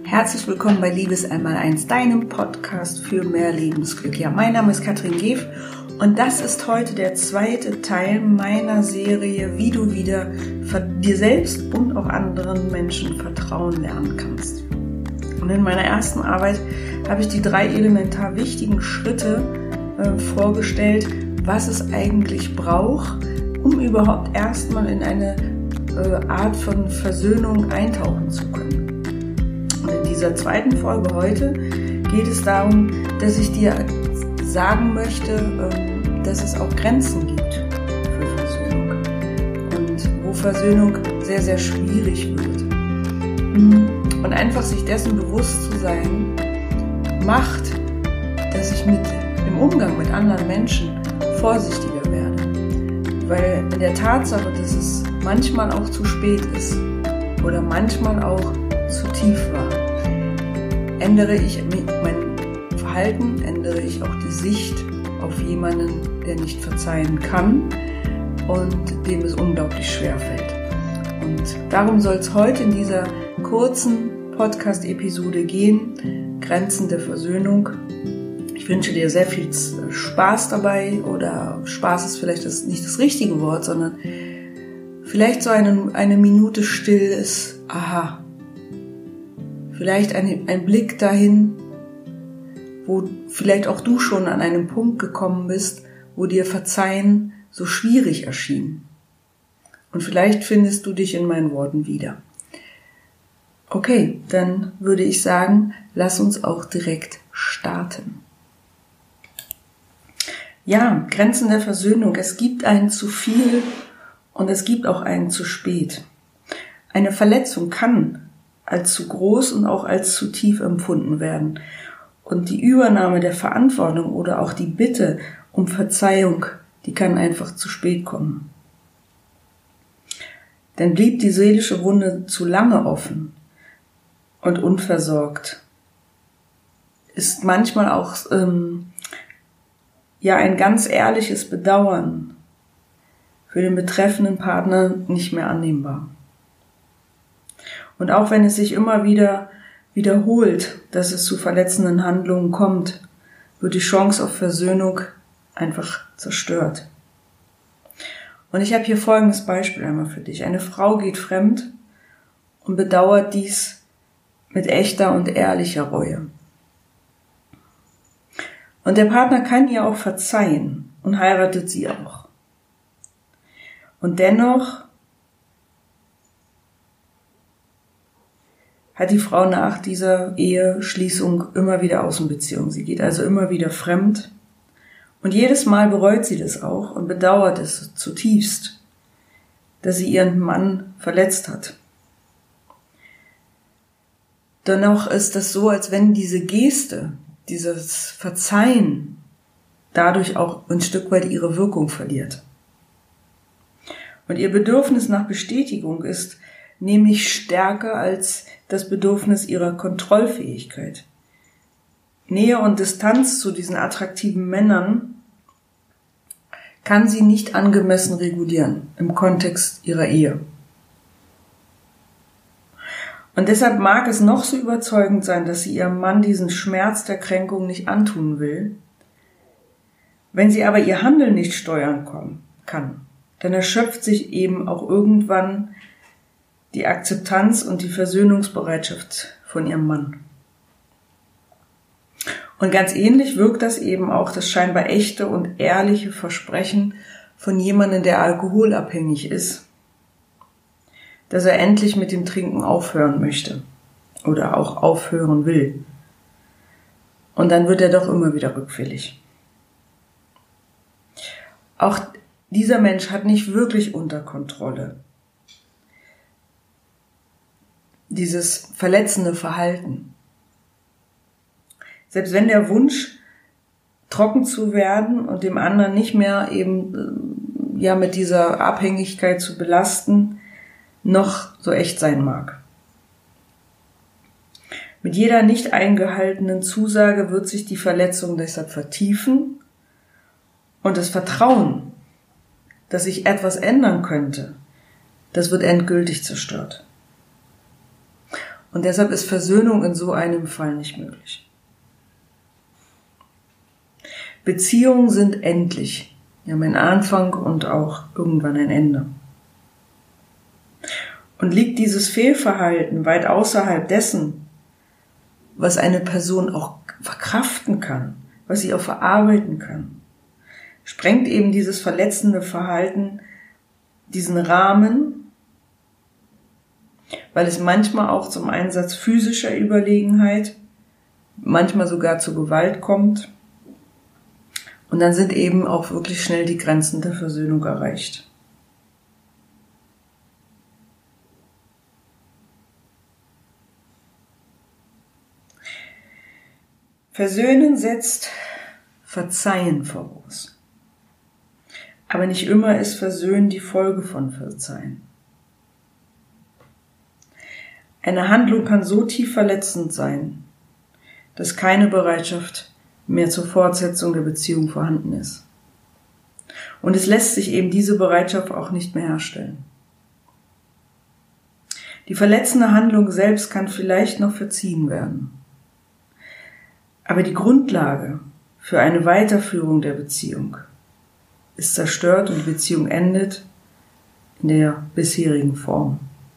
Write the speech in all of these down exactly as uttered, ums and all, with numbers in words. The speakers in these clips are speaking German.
Herzlich willkommen bei Liebes einmal eins, deinem Podcast für mehr Lebensglück. Ja, mein Name ist Katrin Geef und das ist heute der zweite Teil meiner Serie, wie du wieder dir selbst und auch anderen Menschen vertrauen lernen kannst. Und in meiner ersten Arbeit habe ich die drei elementar wichtigen Schritte äh, vorgestellt, was es eigentlich braucht, um überhaupt erstmal in eine äh, Art von Versöhnung eintauchen zu können. Und in dieser zweiten Folge heute geht es darum, dass ich dir sagen möchte, äh, dass es auch Grenzen gibt für Versöhnung und wo Versöhnung sehr, sehr schwierig wird. Und einfach sich dessen bewusst zu sein, macht, dass ich mit im Umgang mit anderen Menschen vorsichtiger werde. Weil in der Tatsache, dass es manchmal auch zu spät ist oder manchmal auch zu tief war, ändere ich mein Verhalten, ändere ich auch die Sicht auf jemanden, der nicht verzeihen kann und dem es unglaublich schwer fällt. Und darum soll es heute in dieser kurzen Podcast-Episode gehen, Grenzen der Versöhnung. Ich wünsche dir sehr viel Spaß dabei, oder Spaß ist vielleicht das, nicht das richtige Wort, sondern vielleicht so eine, eine Minute stilles Aha. Vielleicht ein, ein Blick dahin, wo vielleicht auch du schon an einem Punkt gekommen bist, wo dir Verzeihen so schwierig erschien. Und vielleicht findest du dich in meinen Worten wieder. Okay, dann würde ich sagen, lass uns auch direkt starten. Ja, Grenzen der Versöhnung. Es gibt einen zu viel und es gibt auch einen zu spät. Eine Verletzung kann als zu groß und auch als zu tief empfunden werden. Und die Übernahme der Verantwortung oder auch die Bitte um Verzeihung, die kann einfach zu spät kommen. Denn blieb die seelische Wunde zu lange offen und unversorgt, ist manchmal auch ähm, ja ein ganz ehrliches Bedauern für den betreffenden Partner nicht mehr annehmbar. Und auch wenn es sich immer wieder wiederholt, dass es zu verletzenden Handlungen kommt, wird die Chance auf Versöhnung einfach zerstört. Und ich habe hier folgendes Beispiel einmal für dich. Eine Frau geht fremd und bedauert dies mit echter und ehrlicher Reue. Und der Partner kann ihr auch verzeihen und heiratet sie auch. Und dennoch hat die Frau nach dieser Eheschließung immer wieder Außenbeziehungen. Sie geht also immer wieder fremd. Und jedes Mal bereut sie das auch und bedauert es zutiefst, dass sie ihren Mann verletzt hat. Dennoch ist das so, als wenn diese Geste, dieses Verzeihen dadurch auch ein Stück weit ihre Wirkung verliert. Und ihr Bedürfnis nach Bestätigung ist nämlich stärker als das Bedürfnis ihrer Kontrollfähigkeit. Nähe und Distanz zu diesen attraktiven Männern kann sie nicht angemessen regulieren im Kontext ihrer Ehe. Und deshalb mag es noch so überzeugend sein, dass sie ihrem Mann diesen Schmerz der Kränkung nicht antun will. Wenn sie aber ihr Handeln nicht steuern kann, dann erschöpft sich eben auch irgendwann die Akzeptanz und die Versöhnungsbereitschaft von ihrem Mann. Und ganz ähnlich wirkt das eben auch das scheinbar echte und ehrliche Versprechen von jemandem, der alkoholabhängig ist, dass er endlich mit dem Trinken aufhören möchte oder auch aufhören will. Und dann wird er doch immer wieder rückfällig. Auch dieser Mensch hat nicht wirklich unter Kontrolle dieses verletzende Verhalten. Selbst wenn der Wunsch, trocken zu werden und dem anderen nicht mehr eben ja mit dieser Abhängigkeit zu belasten, noch so echt sein mag. Mit jeder nicht eingehaltenen Zusage wird sich die Verletzung deshalb vertiefen und das Vertrauen, dass sich etwas ändern könnte, das wird endgültig zerstört. Und deshalb ist Versöhnung in so einem Fall nicht möglich. Beziehungen sind endlich. Die haben einen Anfang und auch irgendwann ein Ende. Und liegt dieses Fehlverhalten weit außerhalb dessen, was eine Person auch verkraften kann, was sie auch verarbeiten kann, sprengt eben dieses verletzende Verhalten diesen Rahmen, weil es manchmal auch zum Einsatz physischer Überlegenheit, manchmal sogar zu Gewalt kommt. Und dann sind eben auch wirklich schnell die Grenzen der Versöhnung erreicht. Versöhnen setzt Verzeihen voraus. Aber nicht immer ist Versöhnen die Folge von Verzeihen. Eine Handlung kann so tief verletzend sein, dass keine Bereitschaft mehr zur Fortsetzung der Beziehung vorhanden ist. Und es lässt sich eben diese Bereitschaft auch nicht mehr herstellen. Die verletzende Handlung selbst kann vielleicht noch verziehen werden. Aber die Grundlage für eine Weiterführung der Beziehung ist zerstört und die Beziehung endet in der bisherigen Form.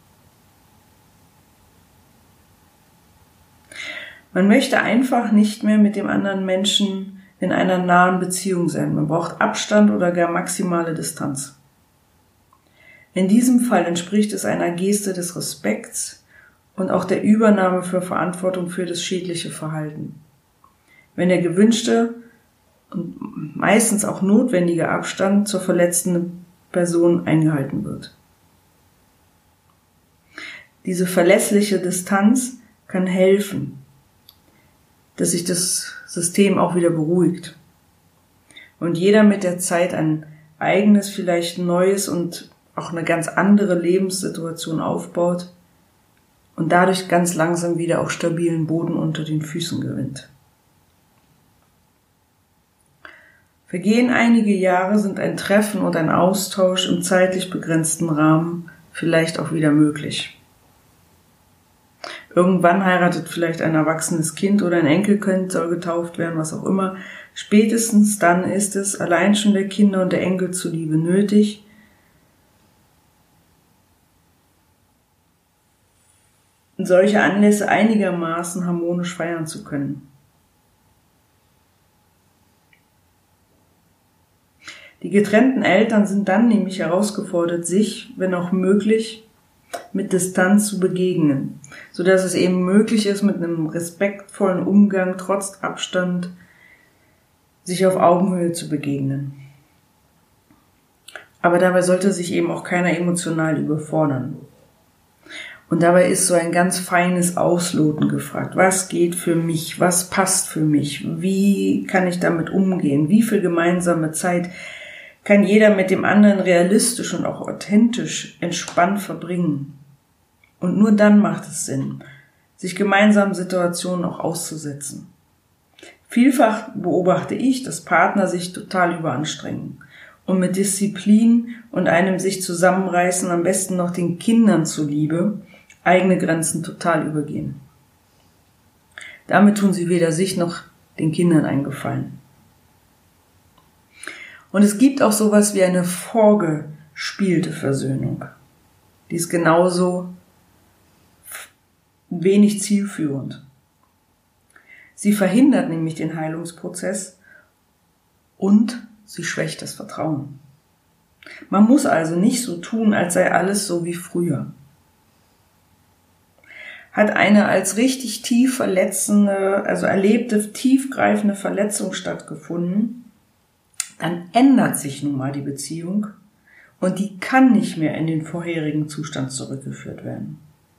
Man möchte einfach nicht mehr mit dem anderen Menschen in einer nahen Beziehung sein. Man braucht Abstand oder gar maximale Distanz. In diesem Fall entspricht es einer Geste des Respekts und auch der Übernahme für Verantwortung für das schädliche Verhalten. Wenn der gewünschte und meistens auch notwendige Abstand zur verletzten Person eingehalten wird. Diese verlässliche Distanz kann helfen, dass sich das System auch wieder beruhigt. Und jeder mit der Zeit ein eigenes, vielleicht neues und auch eine ganz andere Lebenssituation aufbaut und dadurch ganz langsam wieder auch stabilen Boden unter den Füßen gewinnt. Vergehen einige Jahre, sind ein Treffen und ein Austausch im zeitlich begrenzten Rahmen vielleicht auch wieder möglich. Irgendwann heiratet vielleicht ein erwachsenes Kind oder ein Enkelkind soll getauft werden, was auch immer. Spätestens dann ist es allein schon der Kinder und der Enkel zuliebe nötig, solche Anlässe einigermaßen harmonisch feiern zu können. Die getrennten Eltern sind dann nämlich herausgefordert, sich, wenn auch möglich, mit Distanz zu begegnen, sodass es eben möglich ist, mit einem respektvollen Umgang trotz Abstand sich auf Augenhöhe zu begegnen. Aber dabei sollte sich eben auch keiner emotional überfordern. Und dabei ist so ein ganz feines Ausloten gefragt. Was geht für mich? Was passt für mich? Wie kann ich damit umgehen? Wie viel gemeinsame Zeit kann jeder mit dem anderen realistisch und auch authentisch entspannt verbringen? Und nur dann macht es Sinn, sich gemeinsamen Situationen auch auszusetzen. Vielfach beobachte ich, dass Partner sich total überanstrengen und mit Disziplin und einem sich zusammenreißen, am besten noch den Kindern zuliebe, eigene Grenzen total übergehen. Damit tun sie weder sich noch den Kindern einen Gefallen. Und es gibt auch sowas wie eine vorgespielte Versöhnung. Die ist genauso wenig zielführend. Sie verhindert nämlich den Heilungsprozess und sie schwächt das Vertrauen. Man muss also nicht so tun, als sei alles so wie früher. Hat eine als richtig tief verletzende, also erlebte, tiefgreifende Verletzung stattgefunden, dann ändert sich nun mal die Beziehung und die kann nicht mehr in den vorherigen Zustand zurückgeführt werden.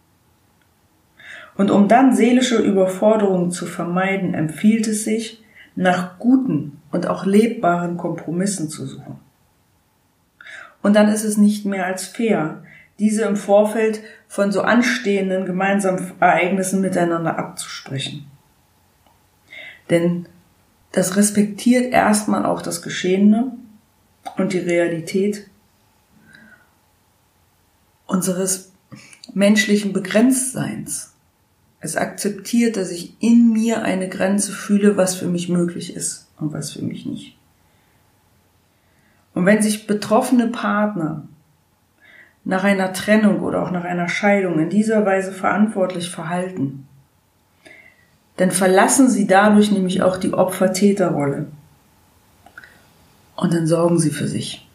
Und um dann seelische Überforderungen zu vermeiden, empfiehlt es sich, nach guten und auch lebbaren Kompromissen zu suchen. Und dann ist es nicht mehr als fair, diese im Vorfeld von so anstehenden gemeinsamen Ereignissen miteinander abzusprechen. Denn das respektiert erstmal auch das Geschehene und die Realität unseres menschlichen Begrenztseins. Es akzeptiert, dass ich in mir eine Grenze fühle, was für mich möglich ist und was für mich nicht. Und wenn sich betroffene Partner nach einer Trennung oder auch nach einer Scheidung in dieser Weise verantwortlich verhalten, dann verlassen sie dadurch nämlich auch die Opfer-Täter-Rolle. Und dann sorgen sie für sich.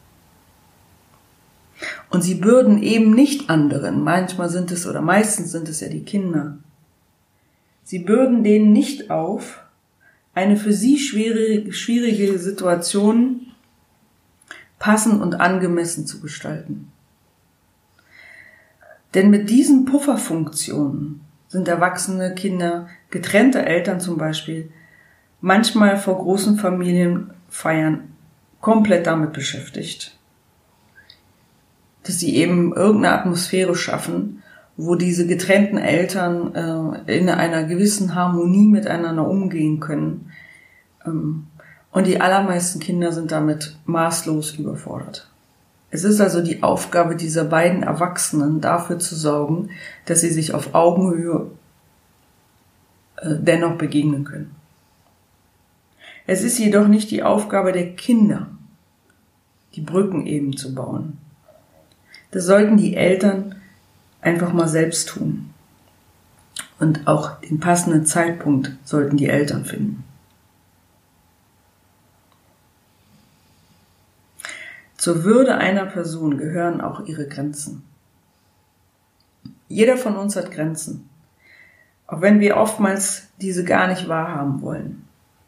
Und sie bürden eben nicht anderen, manchmal sind es oder meistens sind es ja die Kinder. Sie bürden denen nicht auf, eine für sie schwierige, schwierige Situation passend und angemessen zu gestalten. Denn mit diesen Pufferfunktionen sind erwachsene Kinder, getrennte Eltern zum Beispiel, manchmal vor großen Familienfeiern komplett damit beschäftigt, dass sie eben irgendeine Atmosphäre schaffen, wo diese getrennten Eltern äh, in einer gewissen Harmonie miteinander umgehen können. Ähm, und die allermeisten Kinder sind damit maßlos überfordert. Es ist also die Aufgabe dieser beiden Erwachsenen, dafür zu sorgen, dass sie sich auf Augenhöhe äh, dennoch begegnen können. Es ist jedoch nicht die Aufgabe der Kinder, die Brücken eben zu bauen. Das sollten die Eltern einfach mal selbst tun. Und auch den passenden Zeitpunkt sollten die Eltern finden. Zur Würde einer Person gehören auch ihre Grenzen. Jeder von uns hat Grenzen, auch wenn wir oftmals diese gar nicht wahrhaben wollen.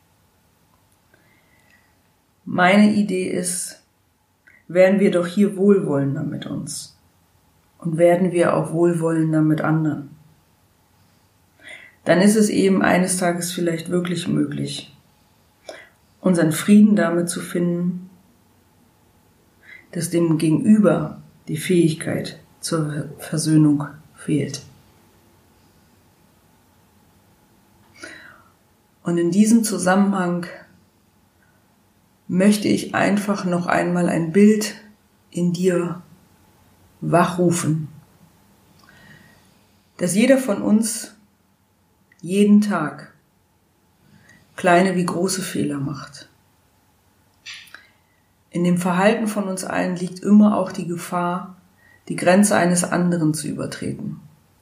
Meine Idee ist, werden wir doch hier wohlwollender mit uns und werden wir auch wohlwollender mit anderen. Dann ist es eben eines Tages vielleicht wirklich möglich, unseren Frieden damit zu finden, dass dem Gegenüber die Fähigkeit zur Versöhnung fehlt. Und in diesem Zusammenhang möchte ich einfach noch einmal ein Bild in dir wachrufen, dass jeder von uns jeden Tag kleine wie große Fehler macht. In dem Verhalten von uns allen liegt immer auch die Gefahr, die Grenze eines anderen zu übertreten.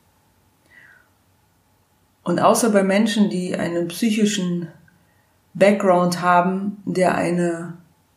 Und außer bei Menschen, die einen psychischen Background haben, der eine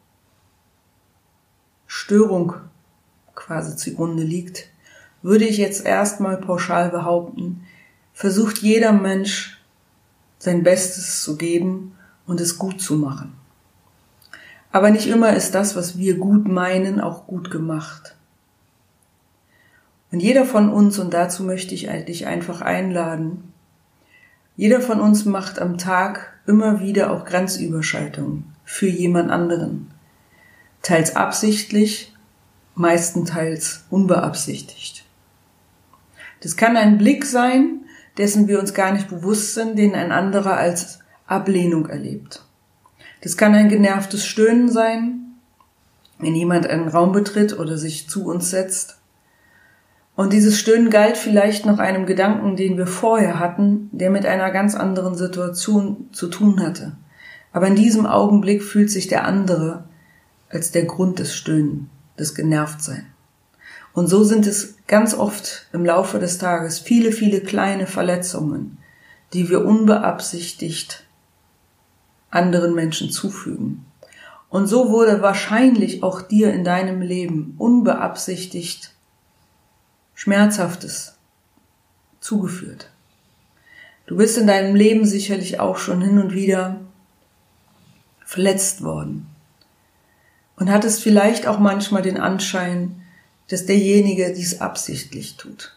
Störung quasi zugrunde liegt, würde ich jetzt erstmal pauschal behaupten, versucht jeder Mensch sein Bestes zu geben und es gut zu machen. Aber nicht immer ist das, was wir gut meinen, auch gut gemacht. Und jeder von uns, und dazu möchte ich dich einfach einladen, jeder von uns macht am Tag immer wieder auch Grenzüberschreitungen für jemand anderen. Teils absichtlich, meistenteils unbeabsichtigt. Das kann ein Blick sein, dessen wir uns gar nicht bewusst sind, den ein anderer als Ablehnung erlebt. Das kann ein genervtes Stöhnen sein, wenn jemand einen Raum betritt oder sich zu uns setzt. Und dieses Stöhnen galt vielleicht noch einem Gedanken, den wir vorher hatten, der mit einer ganz anderen Situation zu tun hatte. Aber in diesem Augenblick fühlt sich der andere als der Grund des Stöhnen, des Genervtsein. Und so sind es ganz oft im Laufe des Tages viele, viele kleine Verletzungen, die wir unbeabsichtigt anderen Menschen zufügen. Und so wurde wahrscheinlich auch dir in deinem Leben unbeabsichtigt Schmerzhaftes zugeführt. Du bist in deinem Leben sicherlich auch schon hin und wieder verletzt worden und hattest vielleicht auch manchmal den Anschein, dass derjenige dies absichtlich tut.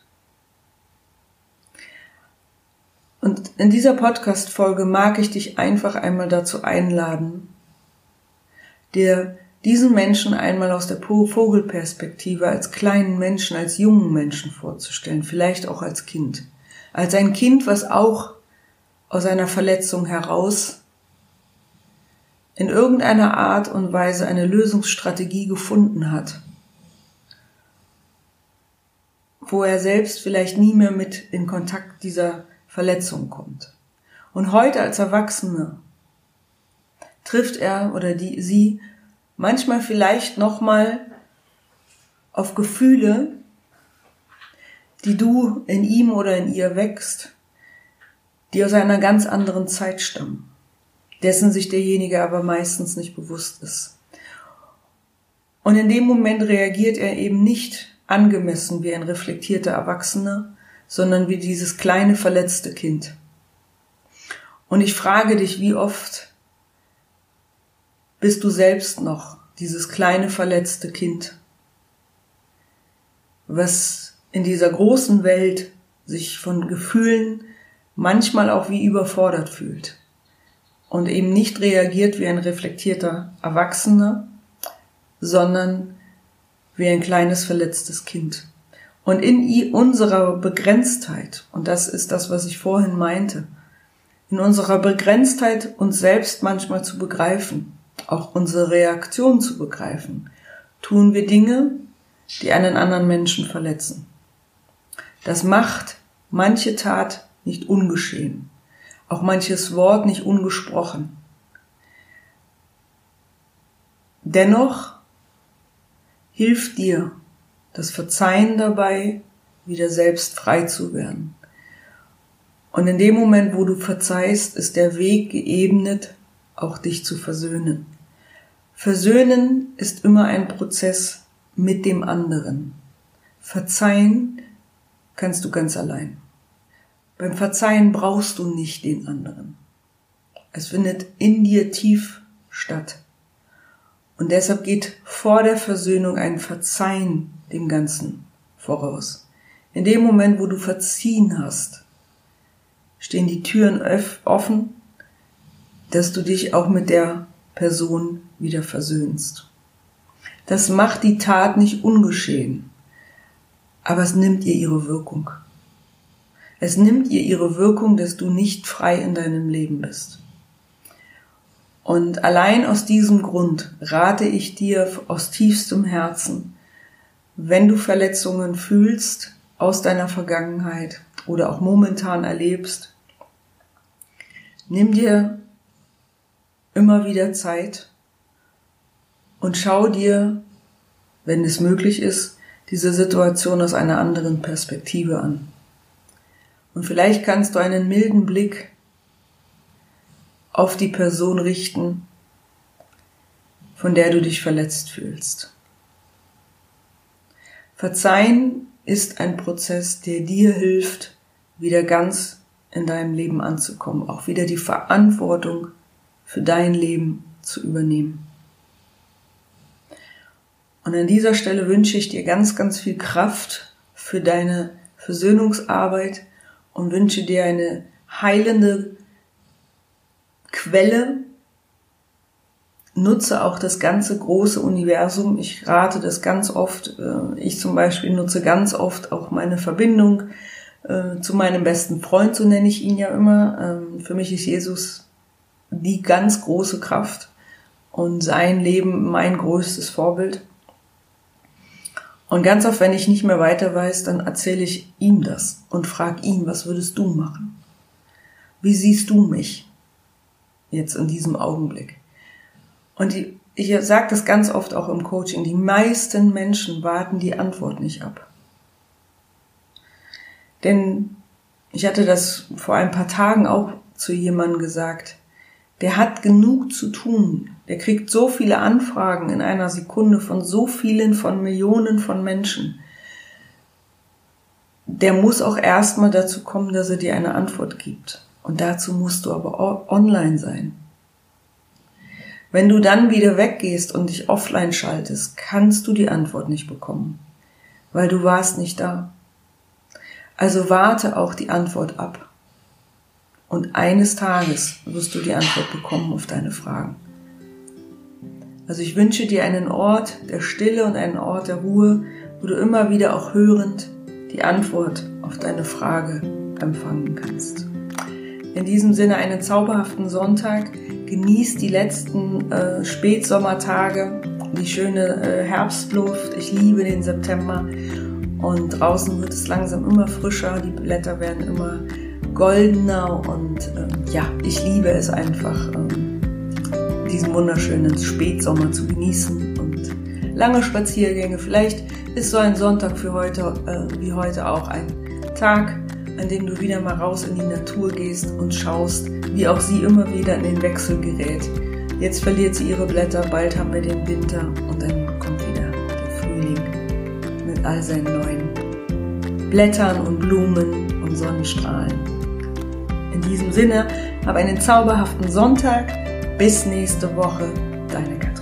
Und in dieser Podcast-Folge mag ich dich einfach einmal dazu einladen, dir diesen Menschen einmal aus der Vogelperspektive als kleinen Menschen, als jungen Menschen vorzustellen, vielleicht auch als Kind. Als ein Kind, was auch aus einer Verletzung heraus in irgendeiner Art und Weise eine Lösungsstrategie gefunden hat, wo er selbst vielleicht nie mehr mit in Kontakt dieser Verletzungen kommt. Und heute als Erwachsene trifft er oder die, sie manchmal vielleicht nochmal auf Gefühle, die du in ihm oder in ihr wächst, die aus einer ganz anderen Zeit stammen, dessen sich derjenige aber meistens nicht bewusst ist. Und in dem Moment reagiert er eben nicht angemessen wie ein reflektierter Erwachsener, sondern wie dieses kleine verletzte Kind. Und ich frage dich, wie oft bist du selbst noch dieses kleine verletzte Kind, was in dieser großen Welt sich von Gefühlen manchmal auch wie überfordert fühlt und eben nicht reagiert wie ein reflektierter Erwachsener, sondern wie ein kleines verletztes Kind. Und in unserer Begrenztheit, und das ist das, was ich vorhin meinte, in unserer Begrenztheit uns selbst manchmal zu begreifen, auch unsere Reaktion zu begreifen, tun wir Dinge, die einen anderen Menschen verletzen. Das macht manche Tat nicht ungeschehen, auch manches Wort nicht ungesprochen. Dennoch hilft dir das Verzeihen dabei, wieder selbst frei zu werden. Und in dem Moment, wo du verzeihst, ist der Weg geebnet, auch dich zu versöhnen. Versöhnen ist immer ein Prozess mit dem anderen. Verzeihen kannst du ganz allein. Beim Verzeihen brauchst du nicht den anderen. Es findet in dir tief statt. Und deshalb geht vor der Versöhnung ein Verzeihen dem Ganzen voraus. In dem Moment, wo du verziehen hast, stehen die Türen offen, dass du dich auch mit der Person wieder versöhnst. Das macht die Tat nicht ungeschehen, aber es nimmt ihr ihre Wirkung. Es nimmt ihr ihre Wirkung, dass du nicht frei in deinem Leben bist. Und allein aus diesem Grund rate ich dir aus tiefstem Herzen, wenn du Verletzungen fühlst aus deiner Vergangenheit oder auch momentan erlebst, nimm dir immer wieder Zeit und schau dir, wenn es möglich ist, diese Situation aus einer anderen Perspektive an. Und vielleicht kannst du einen milden Blick auf die Person richten, von der du dich verletzt fühlst. Verzeihen ist ein Prozess, der dir hilft, wieder ganz in deinem Leben anzukommen, auch wieder die Verantwortung für dein Leben zu übernehmen. Und an dieser Stelle wünsche ich dir ganz, ganz viel Kraft für deine Versöhnungsarbeit und wünsche dir eine heilende Quelle. Nutze auch das ganze große Universum. Ich rate das ganz oft. Ich zum Beispiel nutze ganz oft auch meine Verbindung zu meinem besten Freund, so nenne ich ihn ja immer. Für mich ist Jesus die ganz große Kraft und sein Leben mein größtes Vorbild. Und ganz oft, wenn ich nicht mehr weiter weiß, dann erzähle ich ihm das und frage ihn, was würdest du machen? Wie siehst du mich jetzt in diesem Augenblick? Und die, ich sage das ganz oft auch im Coaching, die meisten Menschen warten die Antwort nicht ab. Denn ich hatte das vor ein paar Tagen auch zu jemandem gesagt, der hat genug zu tun. Der kriegt so viele Anfragen in einer Sekunde von so vielen, von Millionen von Menschen. Der muss auch erstmal dazu kommen, dass er dir eine Antwort gibt. Und dazu musst du aber online sein. Wenn du dann wieder weggehst und dich offline schaltest, kannst du die Antwort nicht bekommen, weil du warst nicht da. Also warte auch die Antwort ab. Und eines Tages wirst du die Antwort bekommen auf deine Fragen. Also ich wünsche dir einen Ort der Stille und einen Ort der Ruhe, wo du immer wieder auch hörend die Antwort auf deine Frage empfangen kannst. In diesem Sinne einen zauberhaften Sonntag. Genieß die letzten äh, Spätsommertage, die schöne äh, Herbstluft. Ich liebe den September und draußen wird es langsam immer frischer, die Blätter werden immer goldener und ähm, ja, ich liebe es einfach, ähm, diesen wunderschönen Spätsommer zu genießen und lange Spaziergänge. Vielleicht ist so ein Sonntag für heute, äh, wie heute auch ein Tag, an dem du wieder mal raus in die Natur gehst und schaust, wie auch sie immer wieder in den Wechsel gerät. Jetzt verliert sie ihre Blätter, bald haben wir den Winter und dann kommt wieder der Frühling mit all seinen neuen Blättern und Blumen und Sonnenstrahlen. In diesem Sinne, hab einen zauberhaften Sonntag. Bis nächste Woche, deine Katrin.